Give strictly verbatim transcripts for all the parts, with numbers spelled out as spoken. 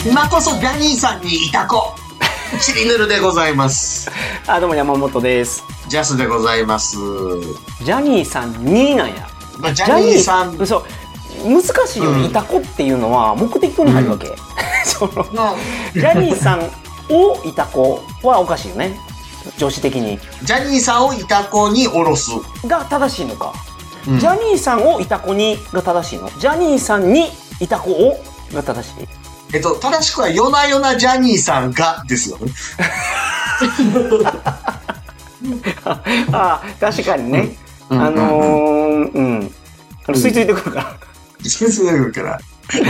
今こそジャニーさんにいたこチリヌルでございます。 あ、どうも山本です。 ジャスでございます。 ジャニーさんになんや、 まあ、ジャニーさんそう難しいよね、うん、いたこっていうのは目的に入るわけ、うん、そのジャニーさんをいたこはおかしいよね、常識的に。 ジャニーさんをいたこに下ろすが正しいのか、うん、ジャニーさんをいたこにが正しいの、ジャニーさんにいたこをが正しい。 えっと正しくは夜な夜なジャニーさんがですよね。 ああ、確かにね、うん、あのー、うんあの吸い付いてくるから、 うん、吸い付いてくるから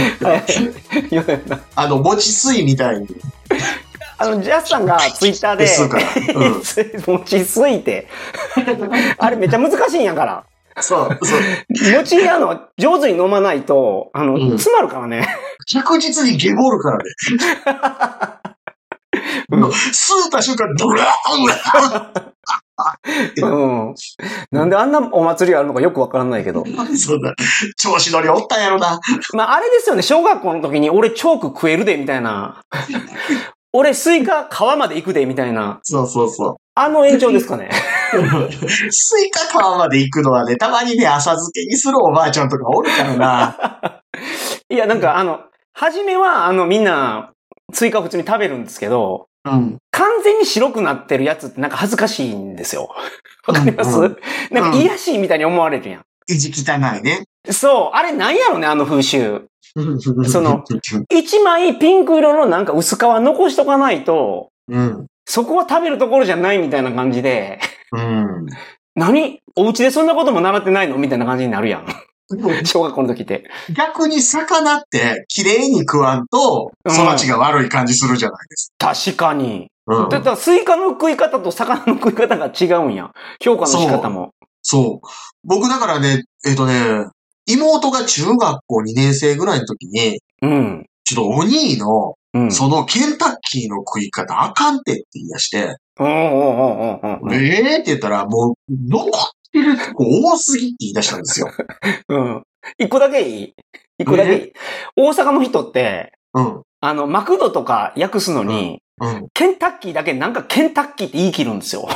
あの餅水みたいにあのジャスさんがツイッターでうん、餅ついてあれめっちゃ難しいんやから。 そうそう餅あの上手に飲まないとあの、うん、詰まるからね。 着実にゲボるからね。うん、吸った瞬間ドラーン、 うん、なんであんなお祭りがあるのかよくわからないけど。 そうだ、調子乗りおったんやろな。 まああれですよね、小学校の時に俺チョーク食えるでみたいな。俺スイカ皮まで行くでみたいな。 そうそうそう。 あの延長ですかね。 スイカ皮まで行くのはね、たまにね、浅漬けにするおばあちゃんとかおるからな。 いや、なんかあの、初めはあのみんな、スイカを普通に食べるんですけど、うん、完全に白くなってるやつってなんか恥ずかしいんですよ。わかります、うんうん、なんか癒やしいみたいに思われるやん。 意地汚いね。 そう。あれなんやろね、あの風習。その、一枚ピンク色のなんか薄皮残しとかないと、うん、そこは食べるところじゃないみたいな感じで、うん、何お家でそんなことも習ってないのみたいな感じになるやん。小学校の時って。 逆に魚って綺麗に食わんと育ちが悪い感じするじゃないですか。うん、確かに。うん、だからスイカの食い方と魚の食い方が違うんや。評価の仕方も。 そう。そう。僕だからね、えっとね、妹が中学校にねん生ぐらいの時に、うん、ちょっとお兄の、うん、そのケンタッキーの食い方あかんてって言い出して、うんうんうんうんうん、ええー、って言ったらもう、残ってるとこ多すぎって言い出したんですよ。 うん。一個だけいい一個だけいい、大阪の人って、うん、あの、マクドとか訳すのに、うんうん、ケンタッキーだけなんかケンタッキーって言い切るんですよ。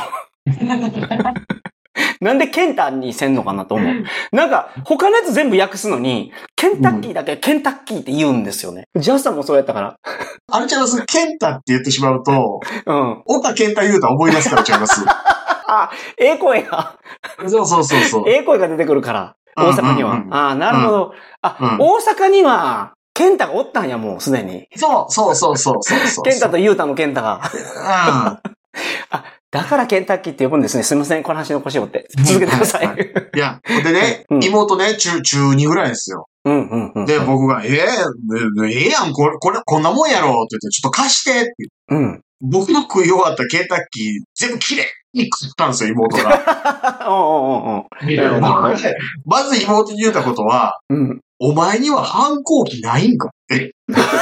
なんでケンタにせんのかなと思う。なんか、他のやつ全部訳すのに、ケンタッキーだけケンタッキーって言うんですよね。うん、ジャスさんもそうやったから。 あれちゃいます、ケンタって言ってしまうと、うん。岡ケンタ言うたら思い出すからちゃいます。 あ、ええ声が。 そうそうそうそう。 ええ声が出てくるから、大阪には。うんうんうん、ああ、なるほど。うん、あ、うん、大阪には、ケンタがおったんや、もうすでに。 そうそうそうそうそうそう。 ケンタとユータのケンタが。うん。あ、だからケンタッキーって呼ぶんですね。すみません、この話の腰をって。続けてください。 いや、でね、うん、妹ね、中、中にぐらいですよ。うんうんうん。で、僕が、ええー、ええやん、これ、これ、こんなもんやろって言って、ちょっと貸してって言って。うん。僕の食い終わったケンタッキー、全部きれいに食ったんですよ、妹が。おうおうおうまず妹に言ったことは、うん、お前には反抗期ないんかって。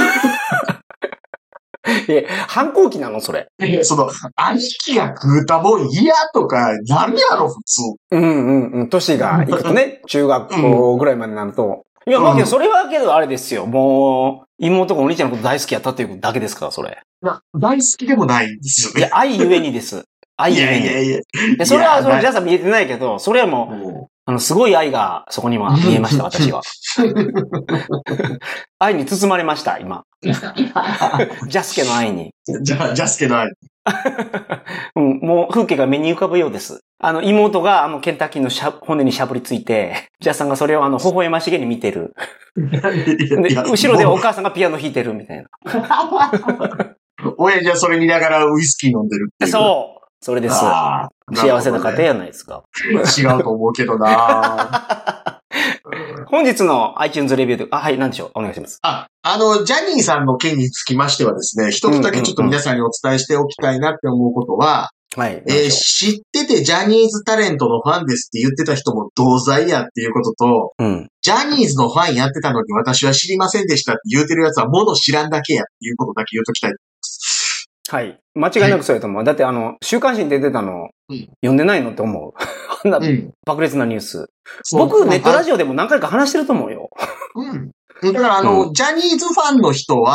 え、反抗期なのそれ。 いや、その、兄貴が食うたもん嫌とか、なるやろ、普通。 うんうんうん。年がいくとね、中学校ぐらいまでなると。うん、いや、まあけど、それはけどあれですよ。もう、妹がお兄ちゃんのこと大好きやったっていうだけですから、それ。 いや、大好きでもないんですよね。 いや、愛ゆえにです。愛ゆえに。いやいやいや。いやそれは、その、ジャスさん見えてないけど、それはもう、あの、すごい愛がそこには見えました、私は。愛に包まれました、今。ジャスケの愛に。 ジャ、ジャスケの愛。 うん、もう風景が目に浮かぶようです。あの、妹があの、ケンタッキーのしゃ骨にしゃぶりついて、ジャスさんがそれをあの、微笑ましげに見てる。で、後ろでお母さんがピアノ弾いてるみたいな。 親父はそれ見ながらウイスキー飲んでるっていう。 そう。それです。幸せな家庭やないですか。 違うと思うけどな本日の iTunes レビューで、あ、はい、何でしょうお願いします。 あ、あの、ジャニーさんの件につきましてはですね、一つだけちょっと皆さんにお伝えしておきたいなって思うことは、はい。えー、知っててジャニーズタレントのファンですって言ってた人も同罪やっていうことと、うん、ジャニーズのファンやってたのに私は知りませんでしたって言うてるやつはもの知らんだけやっていうことだけ言うときたい。 はい。間違いなくそうやと思う。はい、だってあの、週刊誌に出てたの、うん、読んでないのって思う。あんな、爆裂なニュース。僕、ネットラジオでも何回か話してると思うよ。 うん。だからあの、うん、ジャニーズファンの人は、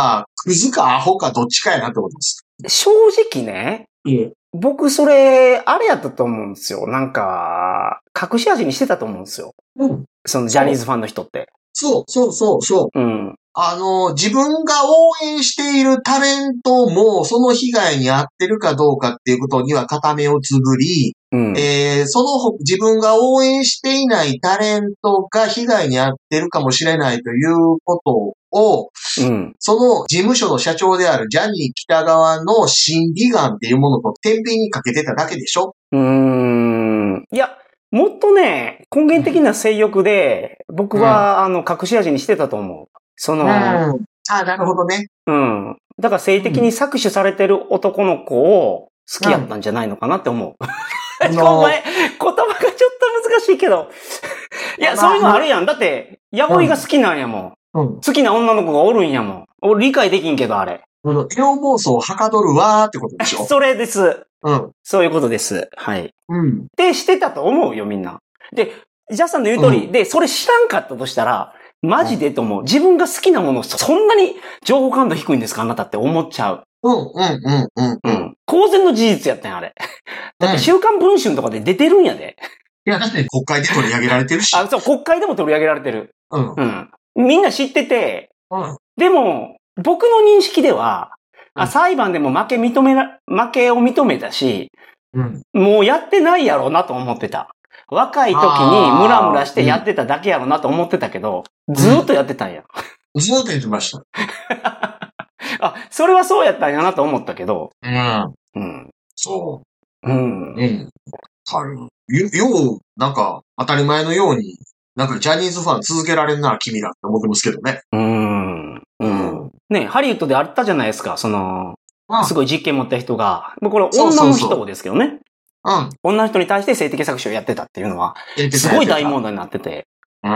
クズかアホかどっちかやなってことです。 正直ね。 うん。 僕、それ、あれやったと思うんですよ。なんか、隠し味にしてたと思うんですよ。 うん。 そのジャニーズファンの人って。 そう、そう、そう、そう。 うん。 あの、自分が応援しているタレントも、その被害に遭ってるかどうかっていうことには片目をつぶり、うん、えー、その自分が応援していないタレントが被害に遭ってるかもしれないということを、うん、その事務所の社長であるジャニー喜多川の審美眼っていうものと天秤にかけてただけでしょ？ うーん。いや、もっとね、根源的な性欲で、僕は、うん、あの、隠し味にしてたと思う。その、うん、 ああ、なるほどね。 うん。だから性的に搾取されてる男の子を好きやったんじゃないのかなって思う。うん、お前、言葉がちょっと難しいけど。いや、そういうのあるやん。だって、ヤゴイが好きなんやもん。うん、好きな女の子がおるんやもん。俺理解できんけど、あれ。 エロ妄想をはかどるわーってことでしょ？ それです。 うん。 そういうことです。はい。 うん。 で、してたと思うよ、みんな。で、ジャスさんの言う通り、うん、で、それ知らんかったとしたら、マジでと思う。自分が好きなもの、そんなに情報感度低いんですかあなたって思っちゃう。 うん、うん、うん、うん。うん。 公然の事実やったんや、あれ。だって週刊文春とかで出てるんやで。 いや、だって国会で取り上げられてるし。 あ、そう、国会でも取り上げられてる。 うん。 うん。みんな知ってて、 うん。 でも、僕の認識では、うん、あ、裁判でも負け認めら、負けを認めたし、 うん。 もうやってないやろうなと思ってた。若い時にムラムラしてやってただけやろうなと思ってたけど、うん、ずーっとやってたんや。 ずーっとやってました。 あ、それはそうやったんやなと思ったけど。 うん。 うん。 そう。うん。 うん。はい。よ、よう、なんか、当たり前のように、なんかジャニーズファン続けられんな、君らって思ってますけどね。 うーん。うん。ね、ハリウッドであったじゃないですか、その、すごい実験持った人が。もうこれ女の人ですけどね。そうそうそううん。女の人に対して性的搾取をやってたっていうのは、すごい大問題になってて。 うん。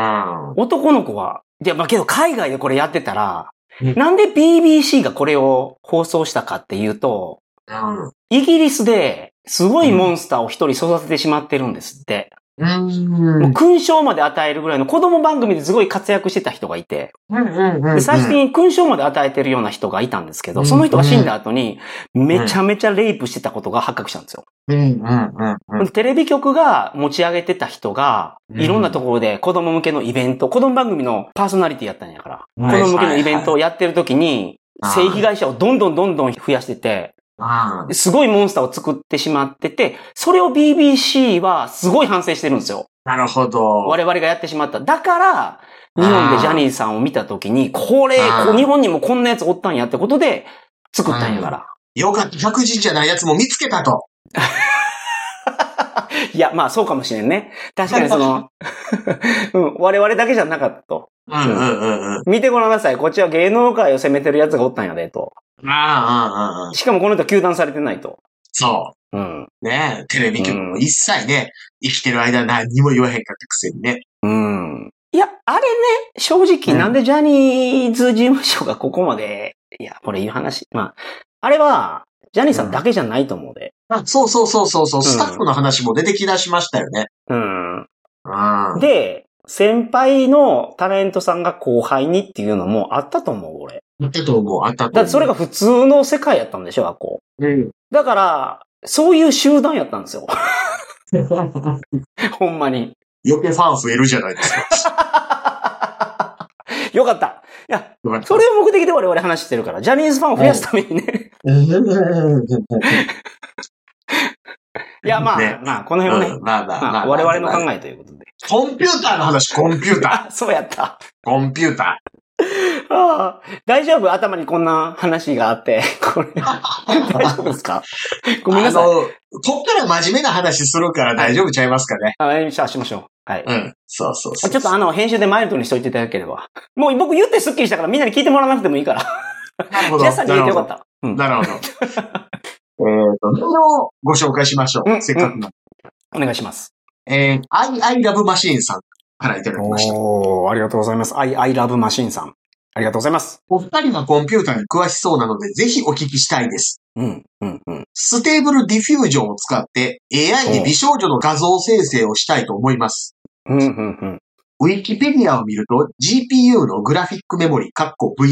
男の子は、いや、まあけど海外でこれやってたら、うん、なんで ビービーシー がこれを放送したかっていうと、 うん、 イギリスですごいモンスターを一人育ててしまってるんですって。 うん、 もう勲章まで与えるぐらいの子供番組ですごい活躍してた人がいて、 うんうんうん、 で最終的に勲章まで与えてるような人がいたんですけど、その人が死んだ後にめちゃめちゃレイプしてたことが発覚したんですよ。 うんうんうん、 テレビ局が持ち上げてた人が、いろんなところで子供向けのイベント、子供番組のパーソナリティやったんやから、うん、子供向けのイベントをやってる時に、性被害者をどんどんどんどん増やしてて、すごいモンスターを作ってしまってて、それを ビービーシー はすごい反省してるんですよ。 なるほど。 我々がやってしまった。だから、日本でジャニーさんを見たときに、これ、日本にもこんなやつおったんやってことで作ったんやから。 よかった。白人じゃないやつも見つけたと。 いや、まあそうかもしれんね。確かにその、うん、我々だけじゃなかったと。 うんうんうんうん、 見てごらんなさい。こっちは芸能界を責めてるやつがおったんやで、と。 ああ、 しかもこの人糾弾されてないと。 そう。 うん。 ねえ、テレビ局も一切ね、うん、生きてる間何にも言わへんかったくせにね。 うん。いや、あれね、正直、なんでジャニーズ事務所がここまで、いや、これいう話。まあ、あれは、ジャニーさんだけじゃないと思うで。 うん、あそうそうそうそうそう、うん、スタッフの話も出てきだしましたよね。 うん。 うん、 で、先輩のタレントさんが後輩にっていうのもあったと思う、俺。 あったと思う、あったと思う。 だってそれが普通の世界やったんでしょ、学校。 うん。 だから、そういう集団やったんですよ。ほんまに。 余計ファン増えるじゃないですか。 よかった。いや、それを目的で我々話してるから、ジャニーズファンを増やすためにね。いや、まあ、ね、まあ、この辺はね、うん、まあまあ、まあ、まあ、我々の考えということで。 コンピューターの話、コンピューター。そうやった。 コンピューター。 ああ、大丈夫？頭にこんな話があって。これ。大丈夫ですか？ごめんなさい。あの、 こっから真面目な話するから大丈夫ちゃいますかね。 はい、あ、しましょう。はい。 うん。そうそうそう。 ちょっとあの、編集でマイルドにしといていただければ。もう僕言ってスッキリしたからみんなに聞いてもらわなくてもいいから。 なるほど。 皆さんに言ってよかった。 うん、なるほど。えっと、メールをご紹介しましょう。うん、せっかくの、 うん。お願いします。 えー、I, I love machine さんからいただきました。 おー、ありがとうございます。I, I love machine さん。ありがとうございます。 お二人はコンピューターに詳しそうなので、ぜひお聞きしたいです。 うん、うん、うん。 ステーブルディフュージョンを使って エーアイ で美少女の画像生成をしたいと思います。 うん、うん、うん。 ウィキペディアを見ると ジーピーユー のグラフィックメモリ、（ブイラム）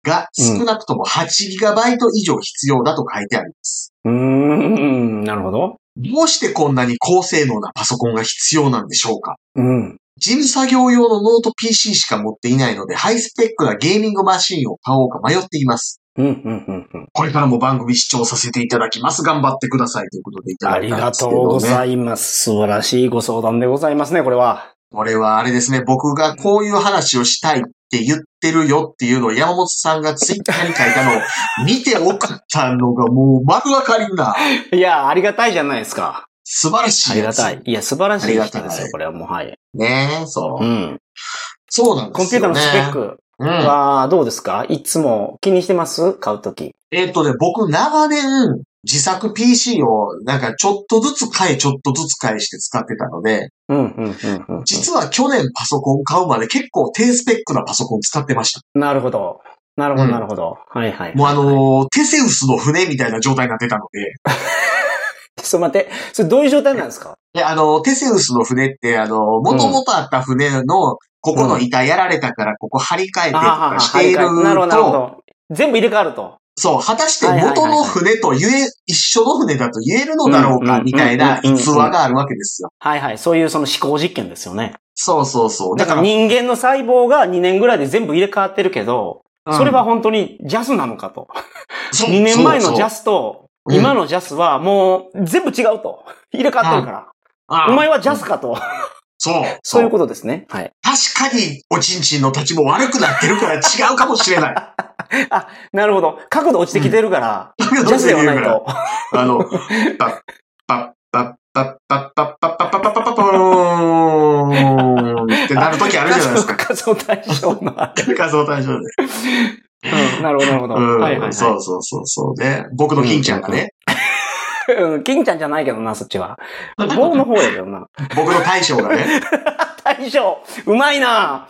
が少なくとも はちギガバイト 以上必要だと書いてあります。 うーん、なるほど。 どうしてこんなに高性能なパソコンが必要なんでしょうか？ うん。 事務作業用のノート ピーシー しか持っていないので、ハイスペックなゲーミングマシンを買おうか迷っています。 うん、うん、うん、うん。 これからも番組視聴させていただきます。頑張ってくださいということでいただいたんですけど、ね。 ありがとうございます。素晴らしいご相談でございますね、これは。 これはあれですね、僕がこういう話をしたいって言ってるよっていうのを山本さんがツイッターに書いたのを見て送ったのがもう丸わかりんな。 いや、ありがたいじゃないですか。 素晴らしい。 ありがたい。いや、素晴らしい人ですよ、これはもう、はい。 ねえ、そう。 うん。 そうなんですよね。 コンピューターのスペックはどうですか？いつも気にしてます？買うとき。 えっとね、僕長年自作 ピーシー をなんかちょっとずつ買い、ちょっとずつ買いして使ってたので、 うんうんうんうん、 実は去年パソコン買うまで結構低スペックなパソコン使ってました。 なるほど。なるほど、なるほど。はいはい。 もうあのー、テセウスの船みたいな状態になってたので。 ちょっと待って、それどういう状態なんですか？ いや、あの、テセウスの船って、あの、もともとあった船の、ここの板やられたから、ここ張り替えてとかしていると、 なるほど、なるほど。全部入れ替わると。 そう、果たして元の船と言え、一緒の船だと言えるのだろうか、みたいな逸話があるわけですよ。 はいはい。そういうその思考実験ですよね。 そうそうそう。 だから人間の細胞がにねんぐらいで全部入れ替わってるけど、それは本当にジャスなのかと。にねんまえのジャスと、今のジャスはもう全部違うと。入れ替わってるから。お前はジャスかと。 そう。 そういうことですね。はい。 確かに、おちんちんの立ちも悪くなってるから違うかもしれない。 あ、なるほど。角度落ちてきてるから、うん、ジャスではないと。 あの、パッ、パッ、パッ、パッ、パッ、パッ、パッ、パッ、パッ、パッ、パッ、パッ、パーンってなるときあるじゃないですか。 仮想対象のあれ。 仮想対象で。 うん、なるほど、なるほど。 うん、はいはいはい。そうそうそうそうね。僕の金ちゃんがね。 うん、金ちゃんじゃないけどな、そっちは。僕の方やけどな。 僕の大将がね。 大将うまいな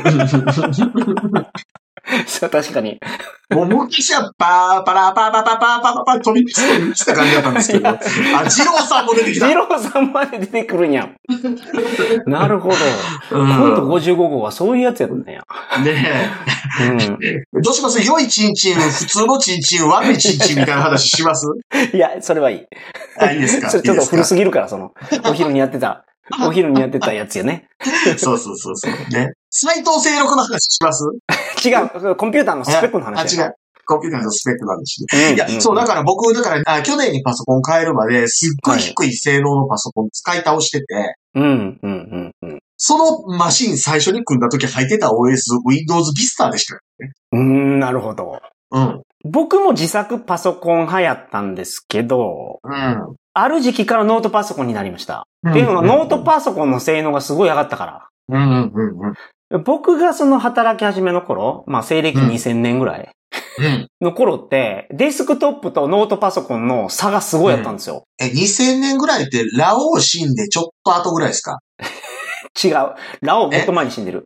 そう、確かに。 もう、昔はパーパラパーパーパーパーパーパー飛びついた感じだったんですけど。あ、二郎さんも出てきた。 二郎さんまで出てくるんや。なるほど。今度ごじゅうご号はそういうやつやったんや。 ねえ。うん。どうします？良いチンチン、普通のチンチン、悪いチンチンみたいな話します？ いや、それはいい。 あ、いいですか？ それちょっと古すぎるから、その、お昼にやってた。お昼にやってたやつよね。 そうそうそうそう。ね。斎藤清六の話します？ 違う。コンピューターのスペックの話。 あ、違う。コンピューターのスペックの話。うん、いや、そう、だから僕、だからあ、去年にパソコン変えるまで、すっごい低い性能のパソコン使い倒してて、 うん、うん、うん、うん。 そのマシン最初に組んだ時入ってた オーエス、Windows Vista でしたよね。 うーん、なるほど。 うん。 僕も自作パソコン流行ったんですけど、 うん。 ある時期からノートパソコンになりました。うん、っていうのは、ノートパソコンの性能がすごい上がったから。 うんうんうんうん、僕がその働き始めの頃、まあ西暦にせんねんぐらいの頃って、デスクトップとノートパソコンの差がすごいあったんですよ。 うん、え、にせんねんぐらいってラオウ死んでちょっと後ぐらいですか？ 違う。ラオウもっと前に死んでる。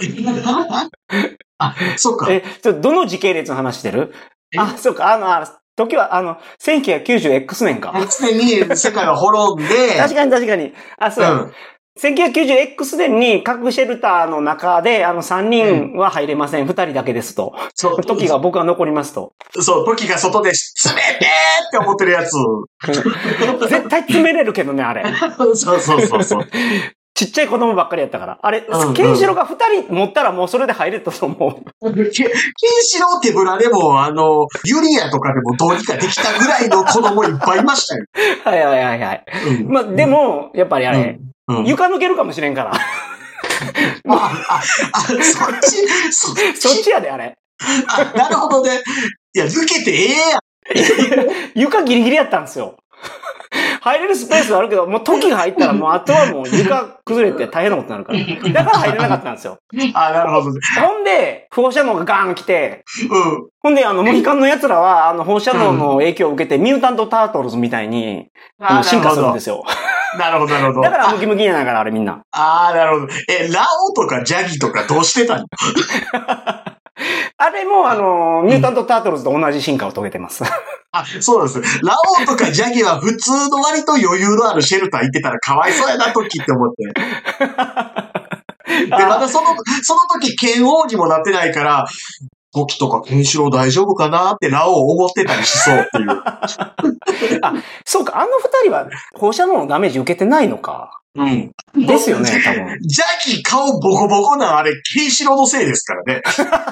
あ、そうか。 え、ちょどの時系列の話してる？あ、そうか。あの、あ時は、あの、せんきゅうひゃくきゅうじゅうエックス 年か。 X 年に世界は滅んで。 確かに確かに。あ、そう。うん、せんきゅうひゃくきゅうじゅうエックス 年に各シェルターの中で、あのさんにんは入れません。うん、ふたりだけですと。そう。時が僕は残りますと。 そう、時が外で詰めてーって思ってるやつ。 絶対詰めれるけどね、あれ。 そうそうそうそう。 ちっちゃい子供ばっかりやったから。あれ、うんうん、ケンシロウがふたり持ったらもうそれで入れたと思う。 ケンシロウ手ぶらでも、あの、ユリアとかでもどうにかできたぐらいの子供いっぱいいましたよ。 はいはいはいはい。うん、まあ、でも、やっぱりあれ、うんうん、床抜けるかもしれんから。 あ、あ、あ、そっち、そっち。 そっちやで、あれ。 あ、なるほどね。いや、抜けてええやん。 床ギリギリやったんですよ。入れるスペースはあるけど、もう時が入ったらもうあとはもう床崩れて大変なことになるから。だから入れなかったんですよ。 あ、なるほどね。 ほんで、放射能がガーン来て、 うん。 ほんで、あの、モヒカンの奴らは、あの、放射能の影響を受けて、ミュータント・タートルズみたいに、あの進化するんですよ。 なるほど、なるほど。 だからムキムキやないから、あれみんな。 ああ、なるほど。え、ラオとかジャギとかどうしてたの？ あれも、あの、ミュータント・タートルズと同じ進化を遂げてます。 あ、そうなんです。ラオとかジャギは普通の割と余裕のあるシェルター行ってたらかわいそうやな、時って思って。で、またその、その時、剣王にもなってないから、 ゴキとかケンシロウ大丈夫かなってラオウ思ってたりしそうっていう。 あ、そうか、あの二人は放射能のダメージ受けてないのか。 うん。 ですよね、多分。 ジャギ顔ボコボコなあれ、ケンシロウのせいですからね。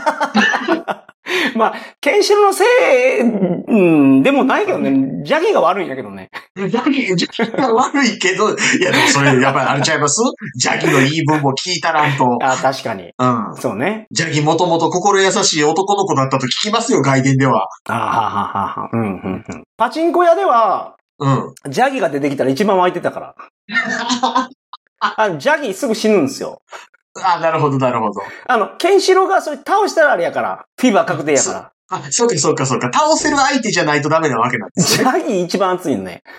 まあ、ケンシロウのせい、うん、でもないけどね。ジャギが悪いんやけどね。 ジャギ、ジャギが悪いけど、いやでもそれやっぱりあれちゃいますジャギの言い分も聞いたらんと。 あ、確かに。 うん。 そうね。 ジャギもともと心優しい男の子だったと聞きますよ、外伝では。 あはははは。うん、うん、うん。パチンコ屋では、うん。ジャギが出てきたら一番湧いてたから。あ、ジャギすぐ死ぬんですよ。 あ、なるほど、なるほど。 あの、ケンシロウがそれ倒したらあれやから、フィーバー確定やから。 あ、そうか、そうか、そうか。倒せる相手じゃないとダメなわけなんですね。ジャギ一番熱いのね。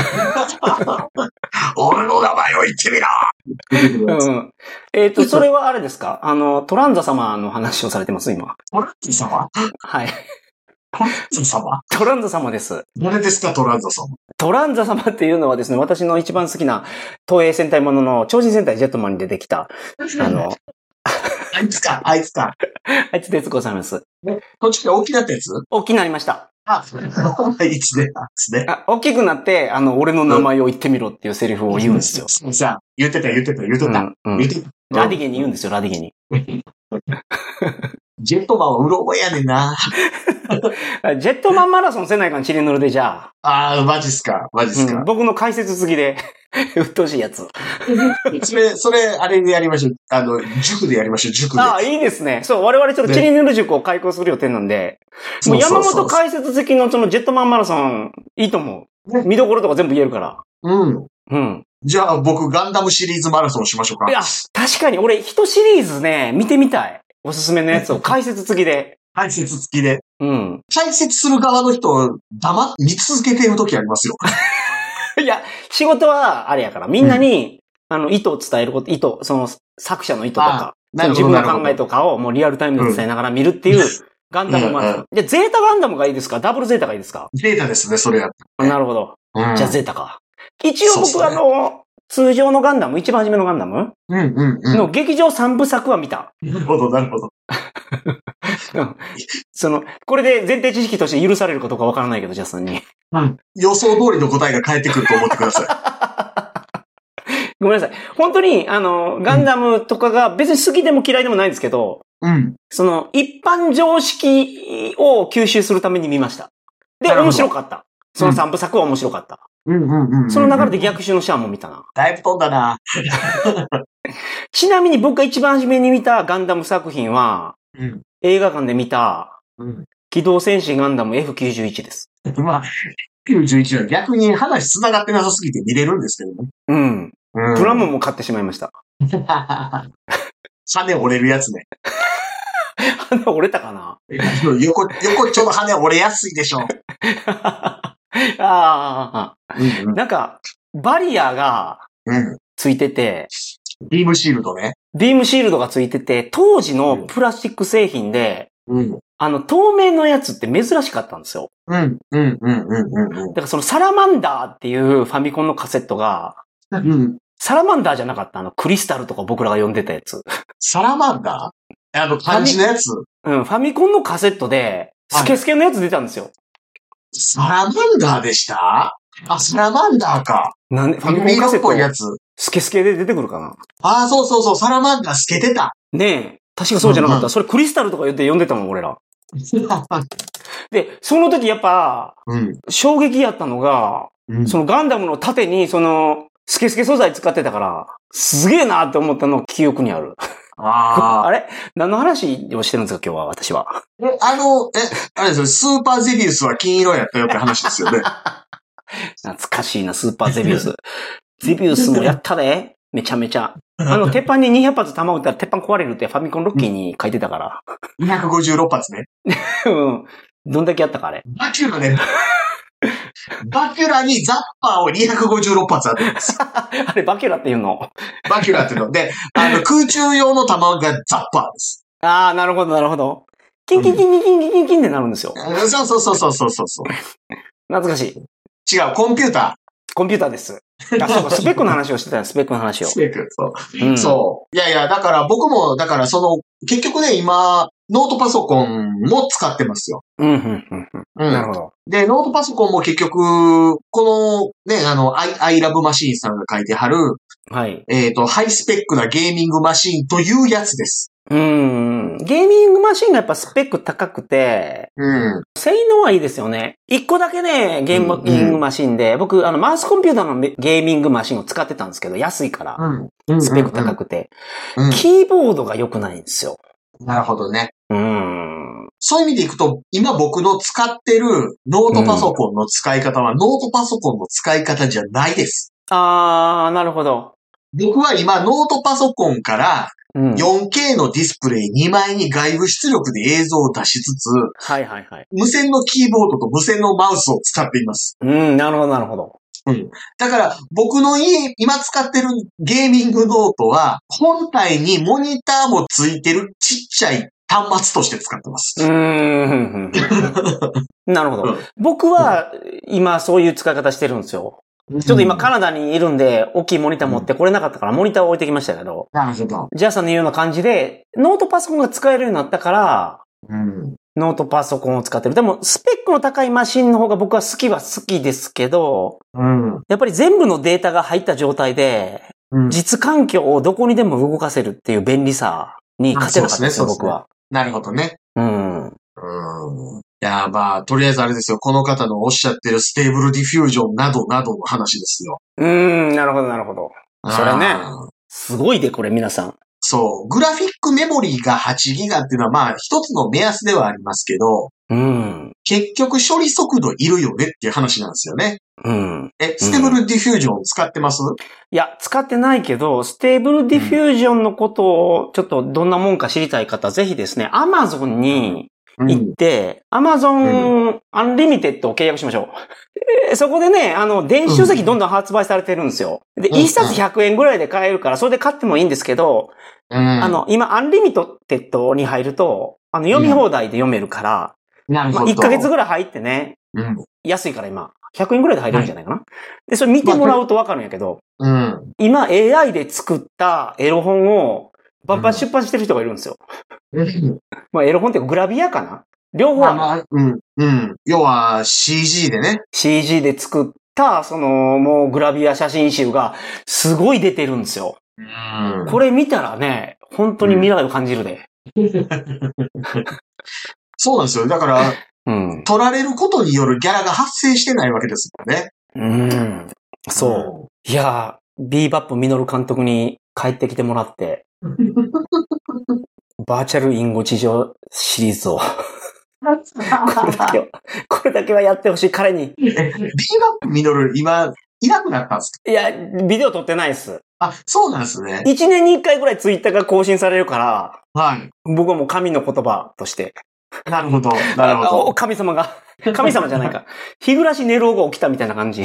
俺の名前を言ってみろ。 うん。えっと、それはあれですか？あの、トランザ様の話をされてます、今。 トランザ様？ はい。 トランザ様？ トランザ様です。 誰ですか、トランザ様？ トランザ様っていうのはですね、私の一番好きな東映戦隊ものの超人戦隊ジェットマンに出てきた、あの、 あいつか、あいつか。 あいつでございます。 え、途中で大きなったやつ？ 大きくなりました。 あ、それ、あいつで、あいつで。 あ、大きくなって、あの、俺の名前を言ってみろっていうセリフを言うんですよ。 さあ、言ってた、言ってた、言ってた。うんうん、言ってた。 ラディゲに言うんですよ、ラディゲに。 ジェットマンはうろ覚えやねんな。 ジェットマンマラソンせないかん、チリヌルでじゃあ。ああ、マジっすか、マジっすか。 うん、僕の解説付きで、うっとうしいやつ。 それ、それ、あれでやりましょう。あの、塾でやりましょう、塾で。 ああ、いいですね。そう、我々ちょっとチリヌル塾を開講する予定なんで、ね、もう山本解説付きのそのジェットマンマラソン、いいと思う。ね、見どころとか全部言えるから。 うん。うん。じゃあ僕、ガンダムシリーズマラソンしましょうか。 いや、確かに俺、一シリーズね、見てみたい。おすすめのやつを解説付きで。 解説付きで。 うん。 解説する側の人、黙っ、見続けている時ありますよ。 いや、仕事は、あれやから、みんなに、うん、あの、意図を伝えること、意図、その、作者の意図とか、自分の考えとかをもうリアルタイムで伝えながら見るっていう、ガンダムマラソン。うんうん、で、ゼータガンダムがいいですか？ダブルゼータがいいですか？ ゼータですね、それやった。 なるほど。うん、じゃあゼータか。一応僕、ね、あの、通常のガンダム、一番初めのガンダムうんうんうん。 の劇場三部作は見た。 なるほど、なるほど。 その、これで前提知識として許されるかどうかわからないけど、ジャスさんに。 うん。予想通りの答えが返ってくると思ってください。ごめんなさい。本当に、あの、ガンダムとかが別に好きでも嫌いでもないんですけど、うん。その、一般常識を吸収するために見ました。で、面白かった。その三部作は面白かった。うんうんうん、うん。その流れで逆襲のシャアも見たな。 だいぶ飛んだな。 ちなみに僕が一番初めに見たガンダム作品は、うん、映画館で見た、うん、機動戦士ガンダム エフきゅうじゅういち です。 まあ、きゅうじゅういちは逆に話繋がってなさすぎて見れるんですけどね。 うん。うん、プラモンも買ってしまいました。 羽折れるやつね。 羽折れたかな横、横っちょの羽折れやすいでしょ。 ああ、うんうん、なんか、バリアがついてて、 うん、ビームシールドね。 ビームシールドがついてて、当時のプラスチック製品で、うん、あの、透明のやつって珍しかったんですよ。 うん、うん、うん、うん、うん。 だからそのサラマンダーっていうファミコンのカセットが、うん、サラマンダーじゃなかった、あの、クリスタルとか僕らが呼んでたやつ。 サラマンダー？あの、漢字のやつ？ うん、ファミコンのカセットで、スケスケのやつ出たんですよ。 サラマンダーでした？あ、サラマンダーか。 なんで、ファミコンカセットやつ。スケスケで出てくるかな？ ああ、そうそうそう、サラマンダー透けてた。 ねえ。確かそうじゃなかった。うんうん、それクリスタルとか言って呼んでたもん、俺ら。で、その時やっぱ、うん、衝撃やったのが、うん、そのガンダムの盾に、その、スケスケ素材使ってたから、すげえなって思ったの記憶にある。ああ。あれ何の話をしてるんですか、今日は、私は。 え、あの、え、あれですよ、スーパーゼビウスは金色やったよって話ですよね。 懐かしいな、スーパーゼビウス。ゼビウスもやったで、めちゃめちゃ。あの、鉄板ににひゃく発弾撃ったら鉄板壊れるってファミコンロッキーに書いてたから。 にひゃくごじゅうろく発ね。 うん。どんだけやったか、あれ。 バキュラね。バキュラにザッパーをにひゃくごじゅうろく発あってます。 あれ、バキュラっていうの？ バキュラっていうの。で、あの、空中用の弾がザッパーです。 ああ、なるほど、なるほど。キンキンキンキンキンキンキンキンってなるんですよ。 そうそうそうそうそうそう。 懐かしい。 違う、コンピューター。 コンピューターです。あ、そうか、スペックの話をしてたよ、スペックの話を。 スペック、そう。うん、そう。いやいや、だから僕も、だからその、結局ね、今、 ノートパソコンも使ってますよ。 うん、うん、うん。うん、なるほど。 で、ノートパソコンも結局、このね、あの、I, I Love Machine さんが書いてはる、 はい。 えっと、ハイスペックなゲーミングマシンというやつです。 うん。ゲーミングマシンがやっぱスペック高くて、うん。性能はいいですよね。一個だけね、ゲーミングマシンで、うん、僕、あの、マウスコンピューターのゲーミングマシンを使ってたんですけど、安いから、うん、スペック高くて、うん、キーボードが良くないんですよ。 なるほどね。 うん。 そういう意味でいくと、今僕の使ってるノートパソコンの使い方は、うん、ノートパソコンの使い方じゃないです。 あー、なるほど。 僕は今、ノートパソコンから、よんケー のディスプレイにまいに外部出力で映像を出しつつ、 はいはいはい。 無線のキーボードと無線のマウスを使っています。 うん、なるほどなるほど。 うん。だから、僕の家、今使ってるゲーミングノートは、本体にモニターもついてるちっちゃい端末として使ってます。 うーん。なるほど。うん、僕は、今そういう使い方してるんですよ。ちょっと今カナダにいるんで、大きいモニター持ってこれなかったから、モニターを置いてきましたけど。 なるほど。 ジャーさんの言うような感じで、ノートパソコンが使えるようになったから、 うん、 ノートパソコンを使ってる。でも、スペックの高いマシンの方が僕は好きは好きですけど、うん、やっぱり全部のデータが入った状態で、うん、実環境をどこにでも動かせるっていう便利さに勝てなかったですよ、僕は。 なるほどね。 うん。 うん。いや、まあ、とりあえずあれですよ。この方のおっしゃってるステーブルディフュージョンなどなどの話ですよ。 うーん、なるほど、なるほど。それね。すごいで、これ皆さん。 そう。グラフィックメモリーがはちギガっていうのはまあ一つの目安ではありますけど、 うん。 結局処理速度いるよねっていう話なんですよね。 うん。 え、ステーブルディフュージョン使ってます？うん、 いや、使ってないけど、ステーブルディフュージョンのことをちょっとどんなもんか知りたい方、ぜひですね、アマゾンに行って、アマゾンアンリミテッドを契約しましょう。そこでね、あの、電子書籍どんどん発売されてるんですよ。で、一冊ひゃくえんぐらいで買えるから、それで買ってもいいんですけど、うん、あの、今、アンリミテッドに入ると、あの、読み放題で読めるから、 なるほど。 まあ、いっかげつぐらい入ってね、 うん、 安いから今、ひゃくえんぐらいで入れるんじゃないかな。はい、で、それ見てもらうとわかるんやけど、 うん、 今 エーアイ で作ったエロ本をバンバン出版してる人がいるんですよ。うん、まあ、エロ本ってグラビアかな両方ある。 まあ、うん、うん。要は シージー でね。 シージー で作った、その、もうグラビア写真集がすごい出てるんですよ。 うん、 これ見たらね、本当に未来を感じるで。うん、 そうなんですよ。だから、 うん、 取られることによるギャラが発生してないわけですもんね。 うん。そう。うん、いやー、ビーバップミノル監督に帰ってきてもらって、バーチャルインゴ地上シリーズを。これだけは、これだけはやってほしい、彼に。 え、ビーバップミノル今、いなくなったんですか？ いや、ビデオ撮ってないです。 あ、そうなんですね。 一年に一回ぐらいツイッターが更新されるから、 はい。 僕はもう神の言葉として。 なるほど、なるほど。 神様が、神様じゃないか。日暮らし寝ろが起きたみたいな感じ。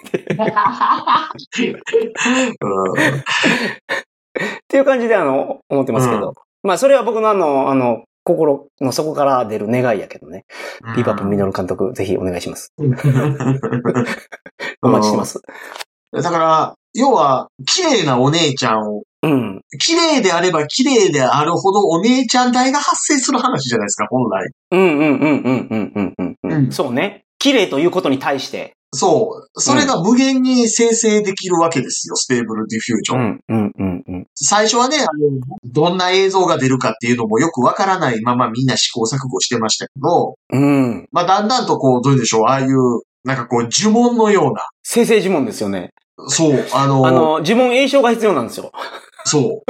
っていう感じであの、思ってますけど。うん、まあそれは僕のあの、あの、心の底から出る願いやけどね。うん、ビーバップミノル監督、ぜひお願いします。お待ちしてます。 だから、要は、綺麗なお姉ちゃんを、 うん。 綺麗であれば綺麗であるほどお姉ちゃん代が発生する話じゃないですか、本来。 うんうんうんうんうんうんうんうん。うん、そうね。綺麗ということに対して。 そう。それが無限に生成できるわけですよ、ステーブルディフュージョン。 うんうんうんうん。 最初はね、あの、どんな映像が出るかっていうのもよくわからないままみんな試行錯誤してましたけど、 うん。 まあだんだんとこう、どうでしょう、ああいう、なんかこう、呪文のような。 生成呪文ですよね。 そう、あの、 あの、呪文詠唱が必要なんですよ。 そう。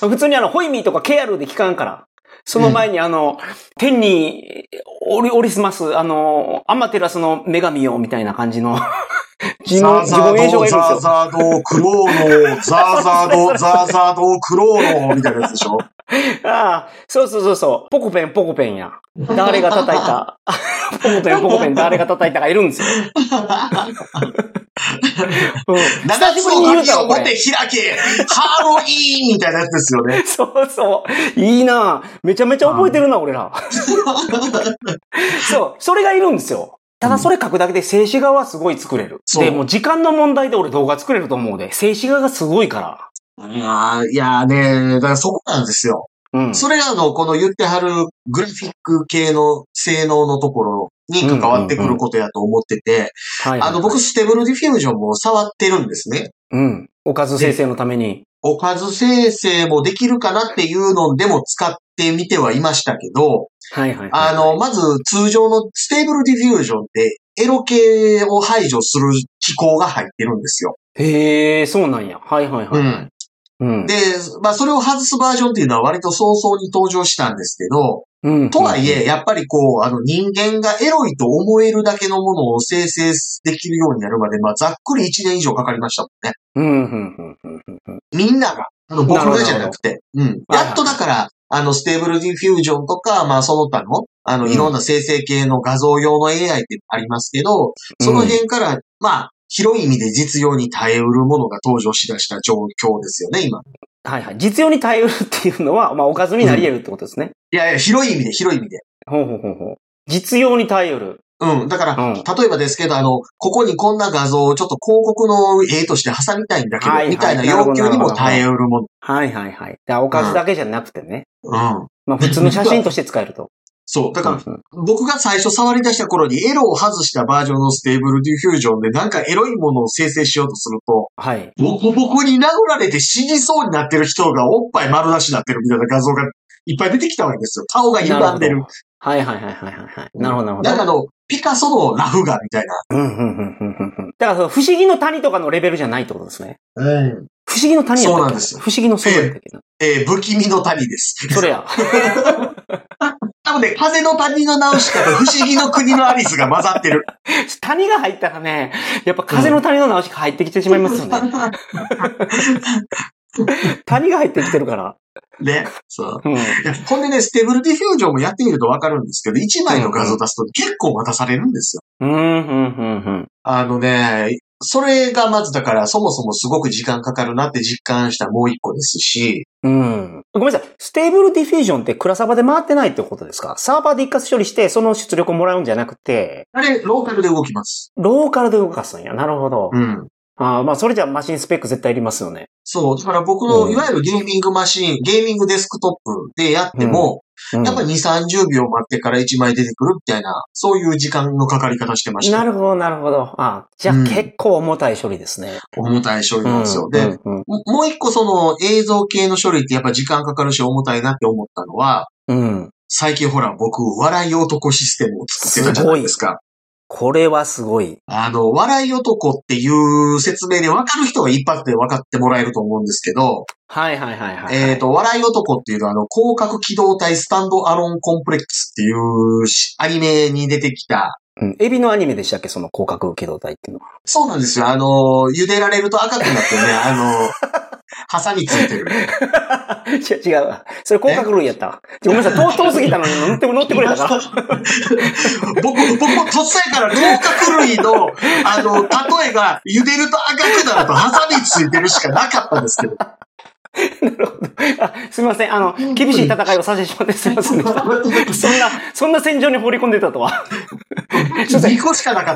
普通にあの、ホイミーとかケアルで聞かんから。その前にあの、うん、天におり、おりすます、あの、アマテラスの女神よ、みたいな感じの、 自分、自分演唱がいるんですよ。ザーザード、クローノ、ザーザード、ザーザード、クローノ、みたいなやつでしょ？ ああ、そうそうそうそう。ポコペン、ポコペンや。誰が叩いたポコペン、ポコペン、誰が叩いたがいるんですよ。 うん、七つの鍵を持って開けハロウィーンみたいなやつですよね。 そうそう。いいなめちゃめちゃ覚えてるな、俺ら。そう。それがいるんですよ。ただそれ書くだけで静止画はすごい作れる。で、もう時間の問題で俺動画作れると思うで、静止画がすごいから。 あいやーね、だからそこなんですよ。 うん、それらのこの言ってはるグラフィック系の性能のところに関わってくることやと思ってて、あの、僕、ステーブルディフュージョンも触ってるんですね。 うん。おかず生成のために。 おかず生成もできるかなっていうのでも使ってみてはいましたけど、 はいはいはい、はい。 あの、まず通常のステーブルディフュージョンってエロ系を排除する機構が入ってるんですよ。 へえ、そうなんや。はいはいはい。うんうん、で、まあそれを外すバージョンっていうのは割と早々に登場したんですけど、うん、とはいえ、やっぱりこう、あの人間がエロいと思えるだけのものを生成できるようになるまで、まあざっくりいちねん以上かかりましたもんね。うんうんうんうんうん、みんなが、あの僕がじゃなくて、うん。やっとだから、あのステーブルディフュージョンとか、まあその他の、あのいろんな生成系の画像用の エーアイ ってありますけど、その辺から、まあ、広い意味で実用に耐えうるものが登場しだした状況ですよね、今。 はいはい。実用に耐えうるっていうのは、まあ、おかずになり得るってことですね。 うん、いやいや、広い意味で、広い意味で。 ほうほうほうほう。実用に耐えうる。 うん。だから、うん、例えばですけど、あの、ここにこんな画像をちょっと広告の絵として挟みたいんだけど、はいはい、みたいな要求にも耐えうるもの。 はいはいはい。だからおかずだけじゃなくてね。うん。まあ、普通の写真として使えると。 そう。だから、僕が最初触り出した頃にエロを外したバージョンのステーブルディフュージョンでなんかエロいものを生成しようとすると、はい。ボコボコに殴られて死にそうになってる人がおっぱい丸出しになってるみたいな画像がいっぱい出てきたわけですよ。顔が歪んでる。 はいはいはいはいはい。なるほどなるほど。 なんかあの、ピカソのラフ画みたいな。うん、うん、うん、 うん、うん。だから不思議の谷とかのレベルじゃないってことですね。うん。不思議の谷やったっけ？そうなんですよ。不思議の空やったっけな。 えー、不気味の谷です。 それや。 多分ね、風の谷の直し方、不思議の国のアリスが混ざってる。 谷が入ったらね、やっぱ風の谷の直しが入ってきてしまいますよね。うん、谷が入ってきてるから。 ね。そう。うん、ほんでね、ステーブルディフュージョンもやってみるとわかるんですけど、いちまいの画像出すと結構待たされるんですよ。うん、うん、うん、うん。あのね、それがまずだからそもそもすごく時間かかるなって実感したもう一個ですし。 うん。ごめんなさい。ステーブルディフュージョンってクラサバで回ってないってことですか？サーバーで一括処理してその出力をもらうんじゃなくて。 あれ、ローカルで動きます。 ローカルで動かすんや。なるほど。うん。ああ、まあそれじゃマシンスペック絶対いりますよね。 そう。だから僕のいわゆるゲーミングマシン、うん、ゲーミングデスクトップでやっても、うんうん、やっぱに、さんじゅうびょう待ってからいちまい出てくるみたいな、そういう時間のかかり方してました。 なるほど、なるほど。ああ、じゃあ、うん、結構重たい処理ですね。 重たい処理なんですよ。うん、で、うんうん、もう一個その映像系の処理ってやっぱ時間かかるし重たいなって思ったのは、うん、最近ほら僕、笑い男システムを作ってたじゃないですか。 これはすごい。 あの、笑い男っていう説明で分かる人は一発で分かってもらえると思うんですけど。 はいはいはいはい、 えっと、笑い男っていうのはあの、広角機動隊スタンドアロンコンプレックスっていうアニメに出てきた。 うん。エビのアニメでしたっけ？その広角機動隊っていうのは。 そうなんですよ。あの、茹でられると赤くなってね、あの、ハサミついてる。 違う、違うわ。それ甲殻類やった。ごめんなさい、遠すぎたのに乗っても乗ってくれたから。 僕、僕もとっさやから甲殻類の、あの、例えが茹でると赤くなるとハサミついてるしかなかったんですけど。 なるほど。あ、すみません。あの、厳しい戦いをさせてしまってすみませんでした。そんな、そんな戦場に放り込んでたとは。 にこしかなかった。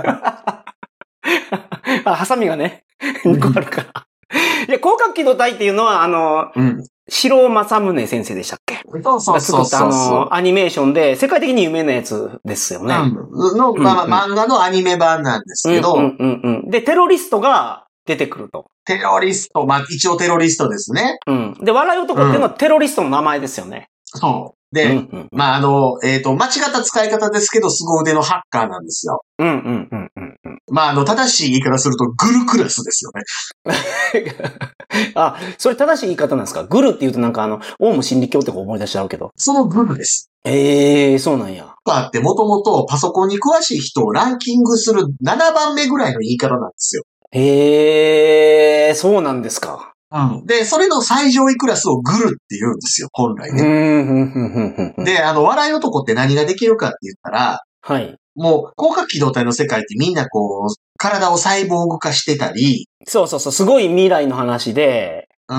あ、ハサミがね、にこあるから。いや、広角機動隊っていうのは、あの、うん、白正宗先生でしたっけ？ そうそうそうそう。 作ったあの、アニメーションで、世界的に有名なやつですよね。 うん。の、まあ、うんうん、漫画のアニメ版なんですけど、 うんうんうんうん。で、テロリストが出てくると。 テロリスト、まあ、一応テロリストですね。 うん。で、笑い男っていうのはテロリストの名前ですよね。 うん、そう。で、うんうんうん、まあ、あの、えっと、間違った使い方ですけど、凄腕のハッカーなんですよ。 うんうんうんうんうん。 まあ、あの、正しい言い方すると、グルクラスですよね。 あ、それ正しい言い方なんですか？グルって言うとなんかあの、オウム真理教って思い出しちゃうけど。 そのグルです。 ええー、そうなんや。 ハッカーってもともとパソコンに詳しい人をランキングするななばんめぐらいの言い方なんですよ。 へえー、そうなんですか。 うん。で、それの最上位クラスをグルって言うんですよ、本来ね。で、あの、笑い男って何ができるかって言ったら、はい。もう、広角機動隊の世界ってみんなこう、体をサイボーグ化してたり、 そうそうそう、すごい未来の話で、 うん、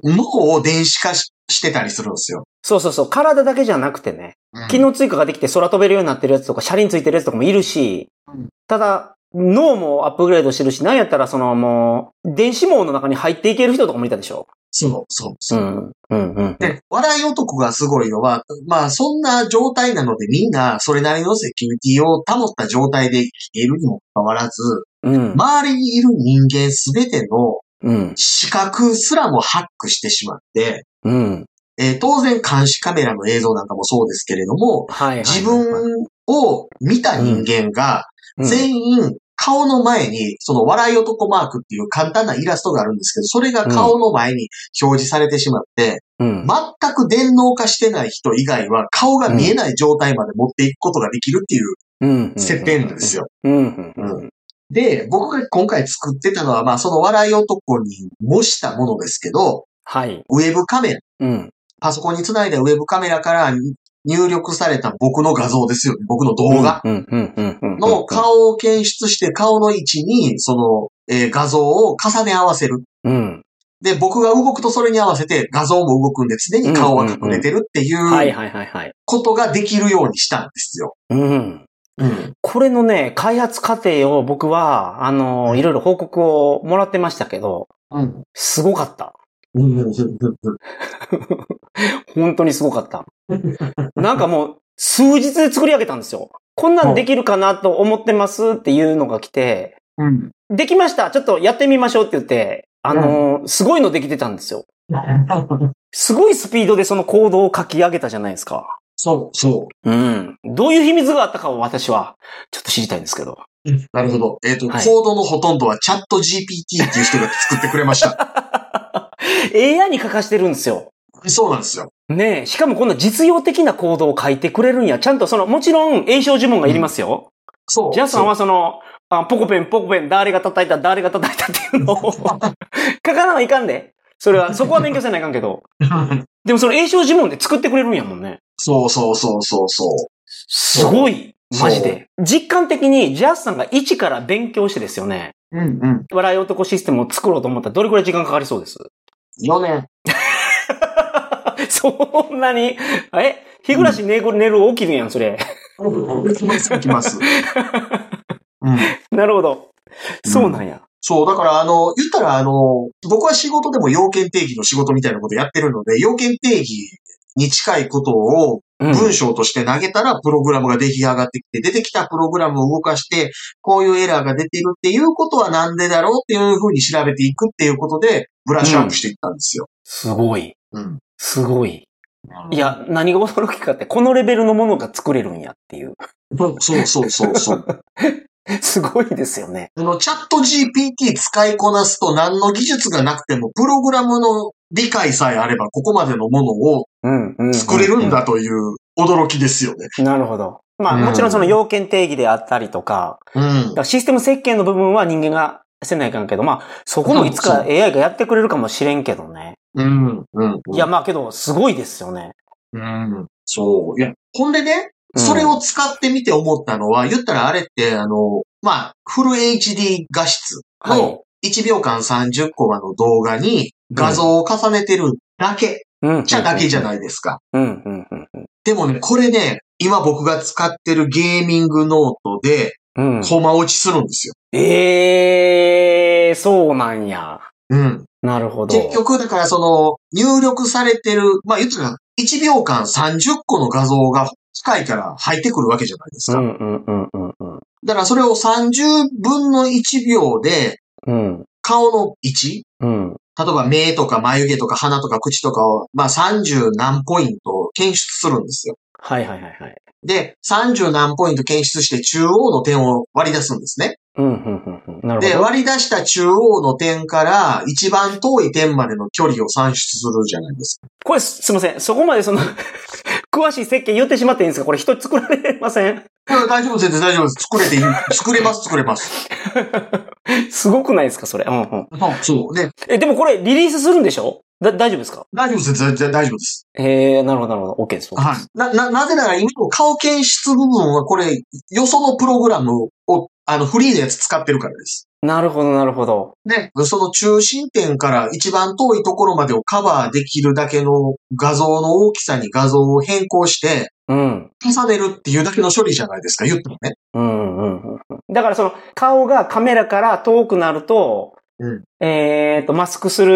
脳を電子化 し, してたりするんですよ。 そうそうそう、体だけじゃなくてね、うん、機能追加ができて空飛べるようになってるやつとか、車輪ついてるやつとかもいるし、うん、ただ、脳もアップグレードしてるし、なんやったらそのもう、電子網の中に入っていける人とかもいたでしょ？ そう、そう、そう。 うんうんうん、 で、笑い男がすごいのは、まあ、そんな状態なのでみんなそれなりのセキュリティを保った状態で生きているにもかかわらず、うん、周りにいる人間すべての視覚すらもハックしてしまって、うん、えー、当然監視カメラの映像なんかもそうですけれども、はいはいはいはい、自分を見た人間が全員顔の前にその笑い男マークっていう簡単なイラストがあるんですけど、それが顔の前に表示されてしまって、うん、全く電脳化してない人以外は顔が見えない状態まで持っていくことができるっていう設定なんですよ。で、僕が今回作ってたのは、まあその笑い男に模したものですけど、はい、ウェブカメラ。うんパソコンにつないだウェブカメラから入力された僕の画像ですよね。僕の動画の顔を検出して顔の位置にその、えー、画像を重ね合わせる。うん、で、僕が動くとそれに合わせて画像も動くんで常に顔が隠れてるっていうことができるようにしたんですよ。うんうん、これのね、開発過程を僕は、あの、いろいろ報告をもらってましたけど、うん、すごかった。本当にすごかった。なんかもう数日で作り上げたんですよ。こんなんできるかなと思ってますっていうのが来て、うん、できましたちょっとやってみましょうって言って、あのー、すごいのできてたんですよ。すごいスピードでそのコードを書き上げたじゃないですか。 そう、そう。 うん。どういう秘密があったかを私はちょっと知りたいんですけど。 なるほど。えっと、はい、コードのほとんどはチャット ジーピーティー っていう人が作ってくれました。 エーアイ に書かしてるんですよ。 そうなんですよ。 ねえ、しかもこんな実用的なコードを書いてくれるんや。ちゃんとその、もちろん、詠唱呪文がいりますよ。うん、そう。ジャスさんはその、あポコペン、ポコペン、誰が叩いた、誰が叩いたっていうのを書かないかんで。それは、そこは勉強せないかんけど。でもその詠唱呪文で作ってくれるんやもんね。 そうそうそうそうそう。 すごい。マジで。実感的にジャスさんが一から勉強してですよね。うんうん。笑い男システムを作ろうと思ったらどれくらい時間かかりそうです？ よねん。 そんなにえ日暮らし寝る、寝る起きるやん、それ。 起きます、起きます。 うん。なるほど。そうなんや。うん、 そう、だからあの、言ったらあの、僕は仕事でも要件定義の仕事みたいなことやってるので、要件定義に近いことを文章として投げたらプログラムが出来上がってきて、出てきたプログラムを動かして、こういうエラーが出ているっていうことはなんでだろうっていうふうに調べていくっていうことで、ブラッシュアップしていったんですよ。 うん、すごい。うん。すごい。いや、何が驚きかって、このレベルのものが作れるんやっていう。 そうそうそうそう。 すごいですよね。 あの、チャット ジーピーティー 使いこなすと何の技術がなくても、プログラムの理解さえあれば、ここまでのものを作れるんだという驚きですよね。 なるほど。まあ、うん、もちろんその要件定義であったりとか、うん、だからシステム設計の部分は人間がせないかんけど、まあ、そこもいつか エーアイ がやってくれるかもしれんけどね。うん。うん。いや、まあけど、すごいですよね。 うん。そう。いや、ほんでね、それを使ってみて思ったのは、うん、言ったらあれって、あの、まあ、フル エイチディー 画質のいちびょうかんさんじゅっコマの動画に画像を重ねてるだけ、うん、じゃだけじゃないですか。うん。うん。うん。でもね、これね、今僕が使ってるゲーミングノートで、コマ落ちするんですよ。 うん、ええー、そうなんや。うん。なるほど。 結局、だからその、入力されてる、まあ言ったら、いちびょうかんさんじゅっこの画像が機械から入ってくるわけじゃないですか。うんうんうんうんうん。だからそれをさんじゅうぶんのいちびょうで、うん、顔の位置、うん、例えば目とか眉毛とか鼻とか口とかを、まあさんじゅうなんポイント検出するんですよ。 はいはいはいはい。 で、さんじゅうなんポイント検出して中央の点を割り出すんですね。うん、うん、うん、なるほど。で、割り出した中央の点から一番遠い点までの距離を算出するじゃないですか。 これすいません。そこまでその、詳しい設計言ってしまっていいんですか？これ人作られません？ 大丈夫です、大丈夫です。作れていい。作れます、作れます。 すごくないですか、それ。うんうん。 そうね。 え、でもこれリリースするんでしょ？だ、大丈夫ですか？ 大丈夫です。大丈夫です。 ええー、なるほど、なるほど。OK です。 はい。な、な、なぜなら今の顔検出部分はこれ、よそのプログラムを、あの、フリーのやつ使ってるからです。 なるほど、なるほど。 で、その中心点から一番遠いところまでをカバーできるだけの画像の大きさに画像を変更して、うん。重ねるっていうだけの処理じゃないですか、言ったらね。うん、 うん、うん。だからその、顔がカメラから遠くなると、うん。えっと、マスクする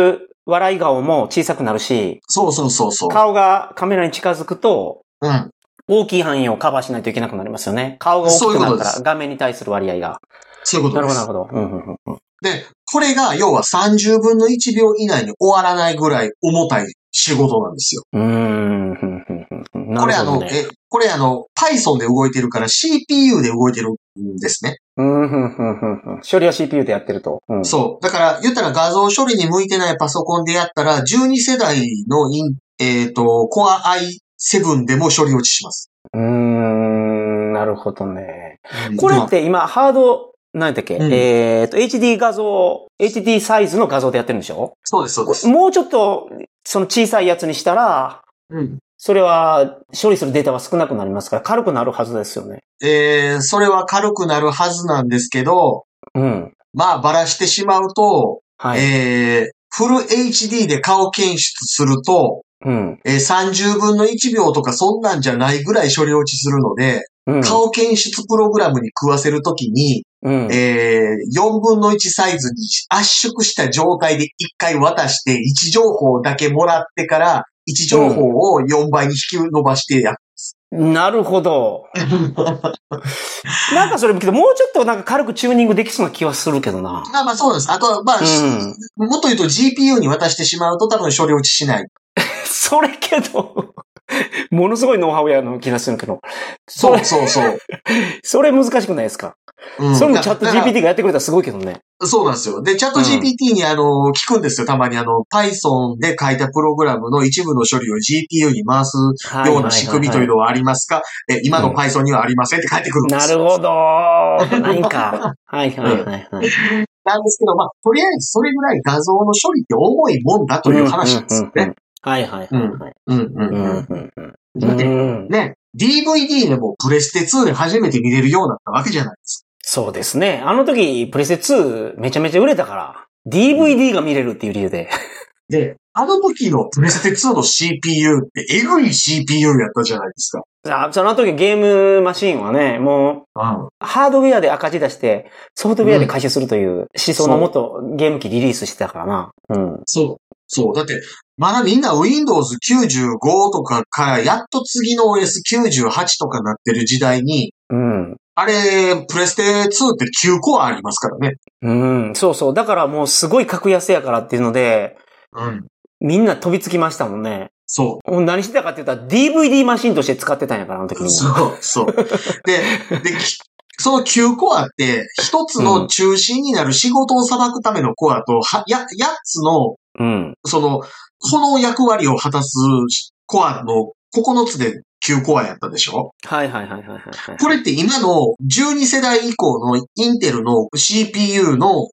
笑い顔も小さくなるし、 そうそうそうそう。 顔がカメラに近づくと、 うん。 大きい範囲をカバーしないといけなくなりますよね。顔が大きくなるから画面に対する割合が。 そういうことです。 なるほど、なるほど。うんうんうん、 で、これが要はさんじゅうぶんのいちびょう以内に終わらないぐらい重たい仕事なんですよ。 うーん。ふんふんふん、 これあの、え、これあの、Python で動いてるから シーピーユー で動いてるんですね。 うんふんふんふんふん。処理は シーピーユー でやってると。 うん、そう。だから言ったら画像処理に向いてないパソコンでやったらじゅうにせだいのイン、えっ、ー、と、Core アイセブン でも処理落ちします。 うーん、なるほどね。うん、これって今ハード、何だっけ、うん、えっ、ー、と、エイチディー 画像、エイチディー サイズの画像でやってるんでしょ？ そうです、そうです。 もうちょっと、その小さいやつにしたら、うん。それは、処理するデータは少なくなりますから、軽くなるはずですよね。 えー、それは軽くなるはずなんですけど、うん。まあ、ばらしてしまうと、はい。えー、フル エイチディー で顔検出すると、うん。えー、さんじゅうぶんのいちびょうとかそんなんじゃないぐらい処理落ちするので、うん、顔検出プログラムに食わせるときに、うん、えー、よんぶんのいちサイズに圧縮した状態で一回渡して、位置情報だけもらってから、位置情報をよんばいに引き伸ばしてやるんです。 うん、なるほど。なんかそれもけど、もうちょっとなんか軽くチューニングできそうな気はするけどな。 まあまあそうなんです。あとは、まあ、うん、もっと言うと ジーピーユー に渡してしまうと多分処理落ちしない。 それけど、ものすごいノウハウやの気がするけど。 そうそうそう。 それ難しくないですか？うん、それもチャット ジーピーティー がやってくれたらすごいけどね。 そうなんですよ。で、チャット ジーピーティー にあの、聞くんですよ。たまにあの、Python で書いたプログラムの一部の処理を ジーピーユー に回すような仕組みというのはありますか？え、今の Python にはありませんって返ってくるんですよ。なるほど。何か。はいはいはいはい。 なんですけど、まあ、とりあえずそれぐらい画像の処理って重いもんだという話なんですよね。 はいはいはい。うんうんうんうん。だって、ね、ディーブイディー でもプレステツーで初めて見れるようになったわけじゃないですか。 そうですね。あの時、プレステツーめちゃめちゃ売れたから、ディーブイディー が見れるっていう理由で。 で、あの時のプレステツーの シーピーユー ってエグい シーピーユー やったじゃないですか。 あ、その時ゲームマシンはね、もう、うん、ハードウェアで赤字出して、ソフトウェアで回収するという思想のもと、ゲーム機リリースしてたからな。うん。 そう。そう。だって、まだみんな ウィンドウズきゅうじゅうご とかからやっと次の オーエスきゅうじゅうはち とかなってる時代に、うん。あれ、プレステツーってきゅうコアありますからね。 うん、そうそう。だからもうすごい格安やからっていうので、うん。みんな飛びつきましたもんね。 そう。 何してたかって言ったら ディーブイディー マシンとして使ってたんやから、あの時に。 そう、そう。で、で、そのきゅうコアって一つの中心になる仕事を裁くためのコアと、はや、やっつの、うん。その、この役割を果たすコアのここのつできゅうコアやったでしょ？ はいはいはいはいはい。 これって今のじゅうにせだい以降のインテルの シーピーユー の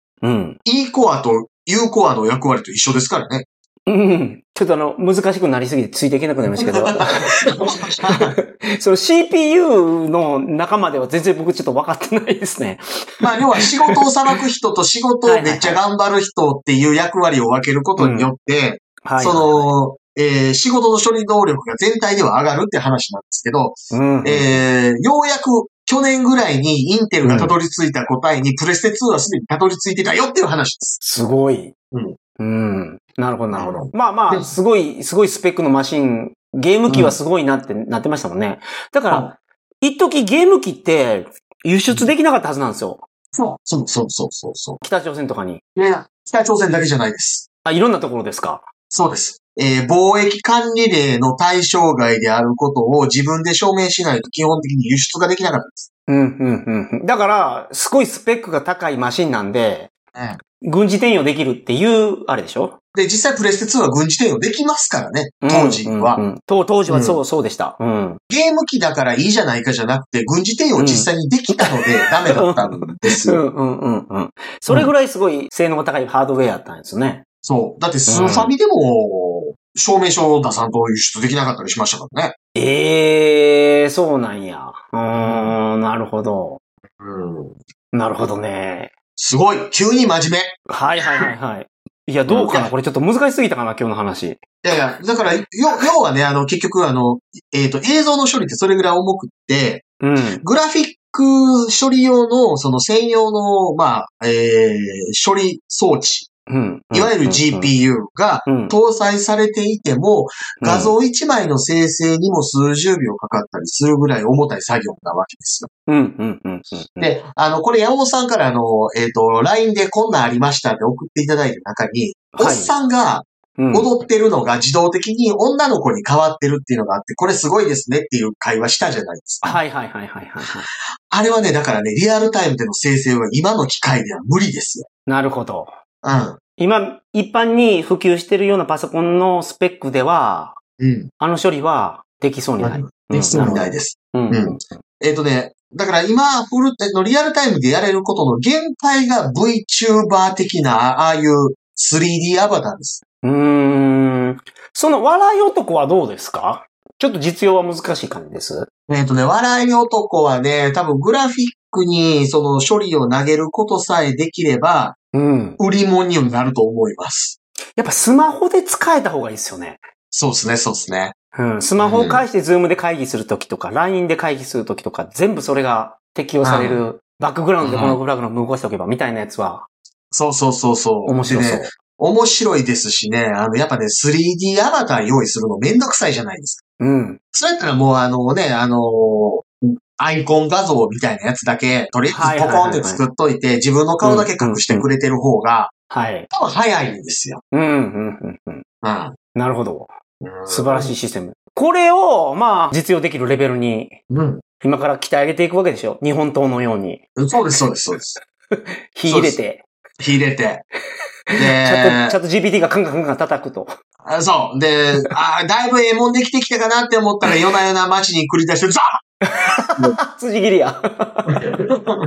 E コアと U コアの役割と一緒ですからね。 うん。ちょっとあの、難しくなりすぎてついていけなくなりましたけど。その シーピーユー の仲間では全然僕ちょっと分かってないですね。 まあ、要は仕事を裁く人と仕事をめっちゃ頑張る人っていう役割を分けることによって、その、えー、仕事の処理能力が全体では上がるって話なんですけど、うんうん、えー、ようやく去年ぐらいにインテルがたどり着いた答えに、うん、プレステツーはすでにたどり着いてたよっていう話です。 すごい。うん。うん。なるほど、なるほど。まあまあ、すごい、すごいスペックのマシン、ゲーム機はすごいなってなってましたもんね。だから、一時ゲーム機って輸出できなかったはずなんですよ。 そう、そう、そう、そう、そう。 北朝鮮とかに。 いや、北朝鮮だけじゃないです。 あ、いろんなところですか？ そうです。えー、貿易管理令の対象外であることを自分で証明しないと基本的に輸出ができなかったです。 うん、うん、うん。だから、すごいスペックが高いマシンなんで、うん、軍事転用できるっていう、あれでしょ？ で、実際プレステツーは軍事転用できますからね、当時は。 うんうんうん、当時はそう、うん、そうでした、うん。 ゲーム機だからいいじゃないかじゃなくて、軍事転用実際にできたのでダメだったんですよ。 うんうんうんうん。それぐらいすごい性能が高いハードウェアだったんですね。 そう。だってスーファミでも、証明書を出さんと輸出できなかったりしましたからね。 ええー、そうなんや。うーん、なるほど。うん。なるほどね。 すごい急に真面目。 はいはいはいはい。いや、どうかな、これちょっと難しすぎたかな、今日の話。 いやいや、だから、よ、要はね、あの、結局あの、えっと、映像の処理ってそれぐらい重くって、うん。グラフィック処理用の、その専用の、まあ、えー、処理装置うん、いわゆる ジーピーユー が搭載されていても、うん、画像いちまいの生成にも数十秒かかったりするぐらい重たい作業なわけですよ。 うんうんうんうん、 で、あの、これ山本さんからあの、えっと、ライン でこんなんありましたって送っていただいた中に、はい、おっさんが踊ってるのが自動的に女の子に変わってるっていうのがあって、これすごいですねっていう会話したじゃないですか。 はいはいはいはいはい。 あれはね、だからね、リアルタイムでの生成は今の機械では無理ですよ。 なるほど。 うん。 今、一般に普及してるようなパソコンのスペックでは、うん、あの処理はできそうにない。 できそうにないです。 うん。うん、 えっとね、だから今、フルのリアルタイムでやれることの限界が VTuber 的な、ああいう スリーディー アバターです。 うーん。その笑い男はどうですか？ちょっと実用は難しい感じです。 えっとね、笑い男はね、多分グラフィックにその処理を投げることさえできれば、うん。売り物になると思います。 やっぱスマホで使えた方がいいですよね。 そうですね、そうですね。 うん。スマホを介してズームで会議するときとか、うん、ライン で会議するときとか、全部それが適用される、うん、バックグラウンドでこのグラフの動かしておけばみたいなやつは。 そうそうそうそう。 面白そう。 ね、面白いですしね、あの、やっぱね、スリーディー アバター用意するのめんどくさいじゃないですか。うん。 そうやったらもうあのね、あの、アイコン画像みたいなやつだけ、とりあえずポコンって作っといて、自分の顔だけ隠してくれてる方が、 はい。 多分早いんですよ。 うん、うん、うん、うん。なるほど。素晴らしいシステム。これを、まあ、実用できるレベルに、うん、今から鍛え上げていくわけでしょ。日本刀のように。 そうです、そうです、そうです。 火入れて。 火入れて。 で、チャット ジーピーティー がカンカンカンカン叩くと。 あそう。で、あだいぶええもんできてきたかなって思ったら夜な夜な街に繰り出して、ザッ辻切りや。なるほど。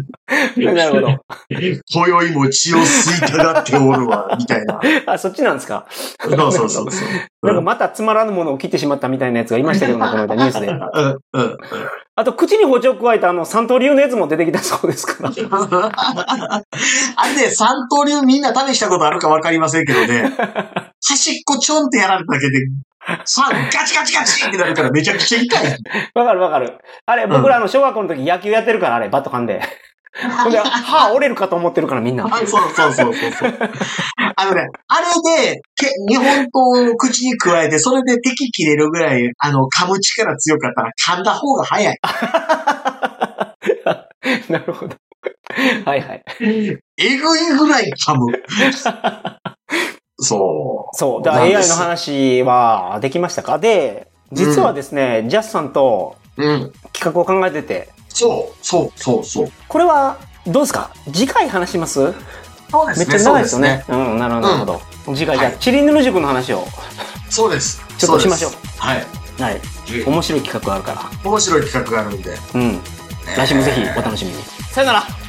今宵も血を吸いたがっておるわ、みたいな。 あ、そっちなんですか。 そうそうそうそう。 なんかまたつまらぬものを切ってしまったみたいなやつがいましたけどな、この間ニュースで。うんうん、あと、口に包丁加えたあの、三刀流のやつも出てきたそうですから。 あれね、三刀流みんな試したことあるかわかりませんけどね。端っこちょんってやられただけで、さあ、ガチガチガチってなるからめちゃくちゃ痛い。 わかるわかる。あれ、僕らあの、小学校の時野球やってるから、あれ、バット噛んで。ほんで、歯折れるかと思ってるからみんな。 そうそうそうそうそう。あのね、あれで、け日本刀を口に加えて、それで敵切れるぐらい、あの、噛む力強かったら噛んだ方が早い。 なるほど。はいはい。 えぐいぐらい噛む。そう。 そう。だから エーアイ の話はできましたか？で、実はですね、うん、ジャスさんと企画を考えてて。 そう、そう、そう、そう。 これは、どうですか？次回話します？ そうですね。 めっちゃ長いですよね。う, うん、なるほど、なるほど。うん、次回じゃあ、はい、チリヌル塾の話を。 そうです。 ちょっとしましょう。 はい。 はい。面白い企画があるから。 面白い企画があるんで。 うん。来週もぜひお楽しみに。さよなら。